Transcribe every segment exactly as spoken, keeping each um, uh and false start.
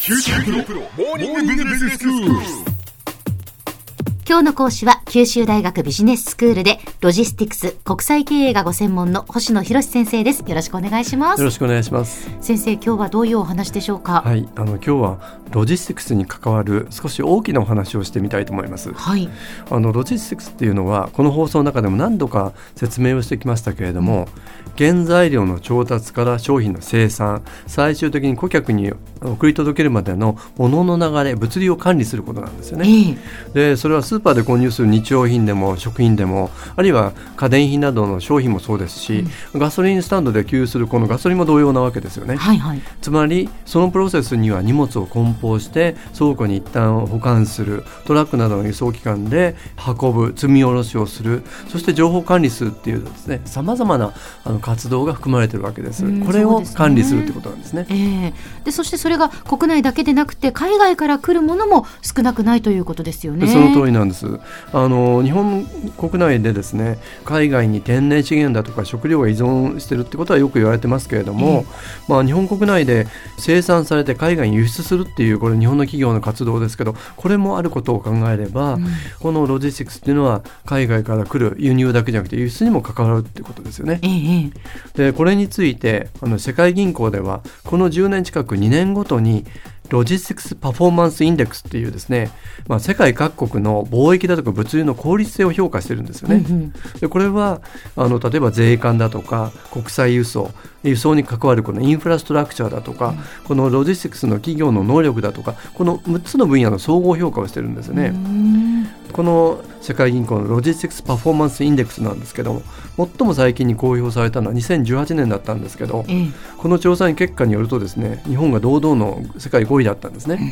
九州大学モーニングビジネススクール。 今日の講師は九州大学ビジネススクールでロジスティクス国際経営がご専門の星野博先生です。よろしくお願いします。 よろしくお願いします。 先生、今日はどういうお話でしょうか？ はい、あの今日はロジスティクスに関わる少し大きなお話をしてみたいと思います。 はい、 あのロジスティクスっていうのはこの放送の中でも何度か説明をしてきましたけれども、原材料の調達から商品の生産、最終的に顧客に送り届けるまでの物の流れ、物流を管理することなんですよね。 えー、 でそれはスーパーで購入する日用品でも食品でも、あるいは家電品などの商品もそうですし、うん、ガソリンスタンドで給油するこのガソリンも同様なわけですよね。 はいはい、つまりそのプロセスには荷物を梱包して倉庫に一旦保管する、トラックなどの輸送機関で運ぶ、積み下ろしをする、そして情報管理するっていうですね、さまざまなあの活動が含まれているわけです。これを管理するということなんですね。 えー、でそしてそれが国内だけでなくて海外から来るものも少なくないということですよね。 その通りなんです。あの日本国内でですね、海外に天然資源だとか食料が依存しているってことはよく言われてますけれども、えーまあ、日本国内で生産されて海外に輸出するっていう、これ日本の企業の活動ですけど、これもあることを考えれば、うん、このロジスティクスっていうのは海外から来る輸入だけじゃなくて輸出にも関わるっていうことですよね。 えー、 でこれについてあの世界銀行ではこのじゅうねん近くにねんごとにロジスティクスパフォーマンスインデックスっていうですね、まあ、世界各国の貿易だとか物流の効率性を評価してるんですよね。うんうん、でこれはあの例えば税関だとか国際輸送、輸送に関わるこのインフラストラクチャーだとか、うん、このロジスティクスの企業の能力だとか、このむっつの分野の総合評価をしてるんですよね。この世界銀行のロジスティクスパフォーマンスインデックスなんですけども、最も最近に公表されたのはにせんじゅうはちねんだったんですけど、うん、この調査結果によるとですね、日本が堂々の世界ごいだったんですね。うん、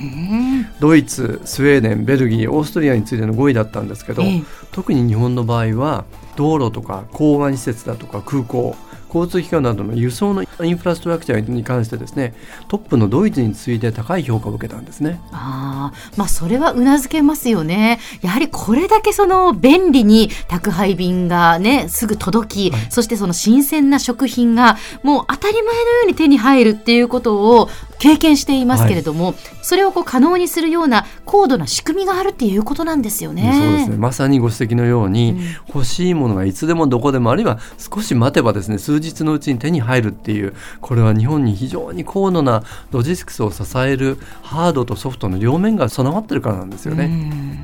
ドイツ、スウェーデン、ベルギー、オーストリアについてのごいだったんですけど、うん、特に日本の場合は道路とか港湾施設だとか空港、交通機関などの輸送のインフラストラクチャーに関してですね、トップのドイツに次いで高い評価を受けたんですね。 あ、まあ、それはうなずけますよね。やはりこれだけその便利に宅配便がねすぐ届き、はい、そしてその新鮮な食品がもう当たり前のように手に入るっていうことを経験していますけれども、はい、それをこう可能にするような高度な仕組みがあるっていうことなんですよね。 そうですね、まさにご指摘のように、うん、欲しいものがいつでもどこでも、あるいは少し待てばですね、数日のうちに手に入るっていう、これは日本に非常に高度なロジスティクスを支えるハードとソフトの両面が備わってるからなんですよね。うん、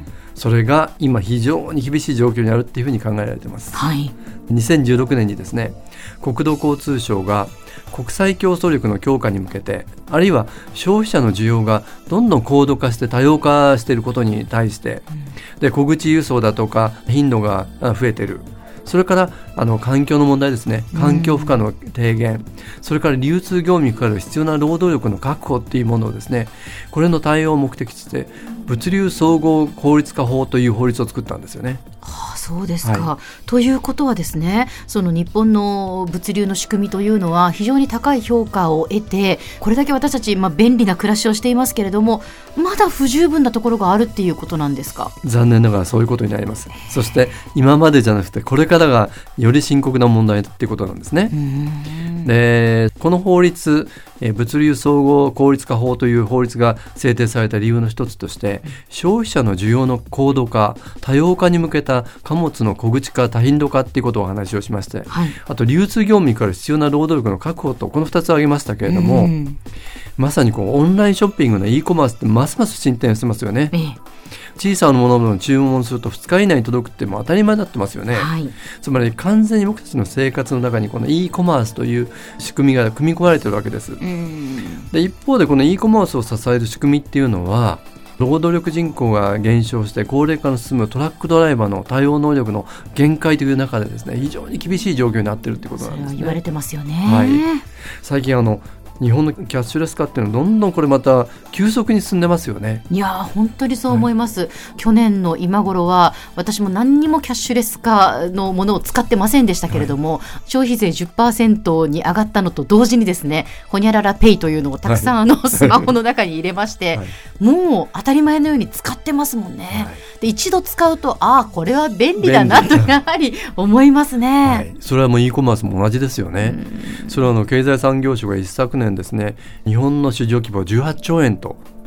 それが今非常に厳しい状況にあるっていうふうに考えられています。 はい、 にせんじゅうろくねんにですね、国土交通省が国際競争力の強化に向けて、あるいは消費者の需要がどんどん高度化して多様化していることに対して、うん、で小口輸送だとか頻度が増えている、それからあの環境の問題ですね、環境負荷の低減、うん、それから流通業務にかかる必要な労働力の確保っていうものをですね、これの対応を目的として物流総合効率化法という法律を作ったんですよね。 はあ、そうですか。 はい、 ということはですね、その日本の物流の仕組みというのは非常に高い評価を得て、これだけ私たち、まあ、便利な暮らしをしていますけれども、まだ不十分なところがあるっていうことなんですか？ 残念ながらそういうことになります。そして今までじゃなくてこれからがより深刻な問題っていうことなんですね。うーん、でこの法律、え物流総合効率化法という法律が制定された理由の一つとして、消費者の需要の高度化、多様化に向けた貨物の小口化、多頻度化っていうことをお話をしまして、はい、あと流通業務にから必要な労働力の確保と、このふたつ挙げましたけれども、まさにこうオンラインショッピングの e コマースってますます進展してますよね。ええ、小さなものを注文するとふつか以内に届くっても当たり前になってますよね。はい、つまり完全に僕たちの生活の中にこの e コマースという仕組みが組み込まれているわけです。うんで一方でこの e コマースを支える仕組みっていうのは、労働力人口が減少して高齢化の進むトラックドライバーの対応能力の限界という中でですね、非常に厳しい状況になっているということなんですね。 それは言われてますよね。 はい、最近あの日本のキャッシュレス化っていうのはどんどんこれまた急速に進んでますよね。 いや本当にそう思います、はい、去年の今頃は私も何にもキャッシュレス化のものを使ってませんでしたけれども、はい、消費税 じゅっパーセント に上がったのと同時にですね、ホニャララペイというのをたくさんあのスマホの中に入れまして、はい、もう当たり前のように使ってますもんね、はい、で一度使うとああこれは便利だなとやはり思いますね、はい、 それはもう e コマースも同じですよね。それはあの経済産業省が一昨年ですね、日本の市場規模じゅうはちちょうえんと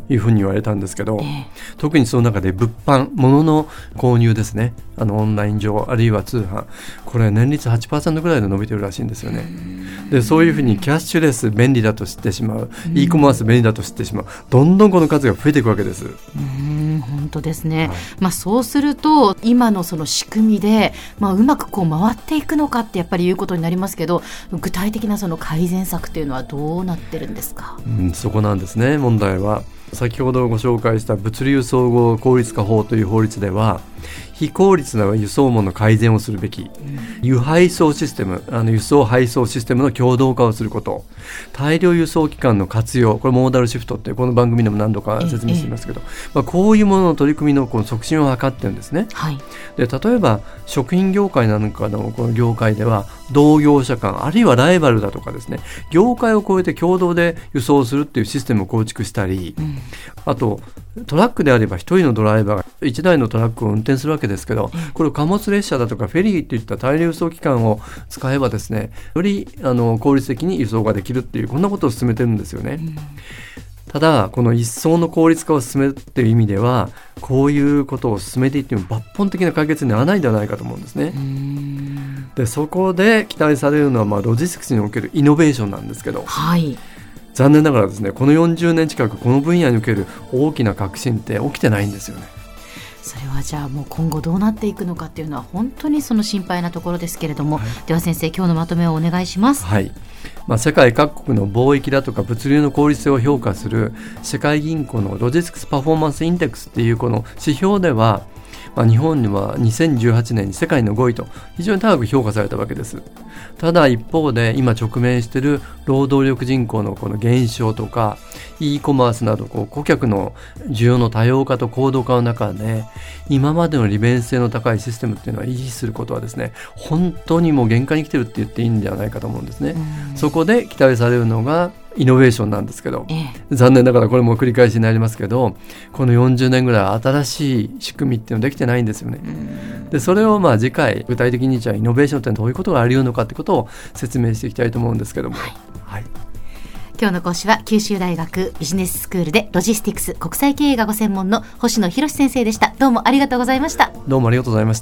いうふうに言われたんですけど、 えー、 特にその中で物販、物の購入ですね、あのオンライン上あるいは通販、これ年率 はちパーセント ぐらいで伸びてるらしいんですよね。でそういうふうにキャッシュレス便利だと知ってしまう、e コマース便利だと知ってしまう、どんどんこの数が増えていくわけです。 うーん、本当ですね、はい。まあ、そうすると今のその仕組みで、まあ、うまくこう回っていくのかってやっぱりいうことになりますけど、具体的なその改善策っていうのはどうなってるんですか？ うん、そこなんですね。問題は先ほどご紹介した物流総合効率化法という法律では、非効率な輸送網の改善をするべき、うん、輸配送システム、あの輸送配送システムの共同化をすること、大量輸送機関の活用、これモーダルシフトってこの番組でも何度か説明していますけど、まあ、こういうものの取り組みのこの促進を図ってるんですね、 はい、 で例えば食品業界なんかのこの業界では同業者間あるいはライバルだとかですね、業界を超えて共同で輸送するっていうシステムを構築したり、うん、あとトラックであれば一人のドライバーが一台のトラックを運転するわけですけど、これを貨物列車だとかフェリーといった大量輸送機関を使えばですね、よりあの効率的に輸送ができるっていう、こんなことを進めてるんですよね、うん、ただこの一層の効率化を進めるっていう意味では、こういうことを進めていっても抜本的な解決にならないんではないかと思うんですね。うーん、でそこで期待されるのは、まあ、ロジスティクスにおけるイノベーションなんですけど、 はい、 残念ながらですね、このよんじゅうねん近くこの分野における大きな革新って起きてないんですよね。 それはじゃあもう今後どうなっていくのかっていうのは本当にその心配なところですけれども、はい、では先生、今日のまとめをお願いします。 はい、まあ、世界各国の貿易だとか物流の効率性を評価する世界銀行のロジスティクスパフォーマンスインデックスっていうこの指標では、まあ、日本にはにせんじゅうはちねんに世界のごいと非常に高く評価されたわけです。ただ一方で今直面している労働力人口のこの減少とか e コマースなどこう顧客の需要の多様化と高度化の中で、今までの利便性の高いシステムっていうのは維持することはですね、本当にもう限界に来てるって言っていいんではないかと思うんですね。そこで期待されるのがイノベーションなんですけど、ええ、残念ながらこれも繰り返しになりますけど、このよんじゅうねんぐらい新しい仕組みっていうのはできてないんですよね。でそれをまあ次回具体的にじゃあイノベーションってどういうことがあり得るのかってことを説明していきたいと思うんですけども、はいはい、 今日の講師は九州大学ビジネススクールでロジスティクス国際経営がご専門の星野博先生でした。どうもありがとうございました。 どうもありがとうございました。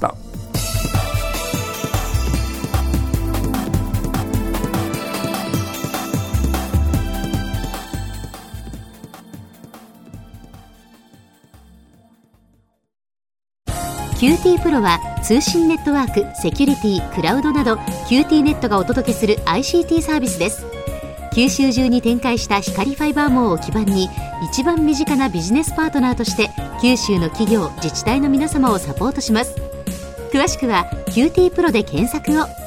キューティー プロは通信ネットワーク、セキュリティ、クラウドなど キューティー ネットがお届けする アイシーティー サービスです。九州中に展開した光ファイバー網を基盤に、一番身近なビジネスパートナーとして九州の企業、自治体の皆様をサポートします。詳しくは キューティー プロで検索を。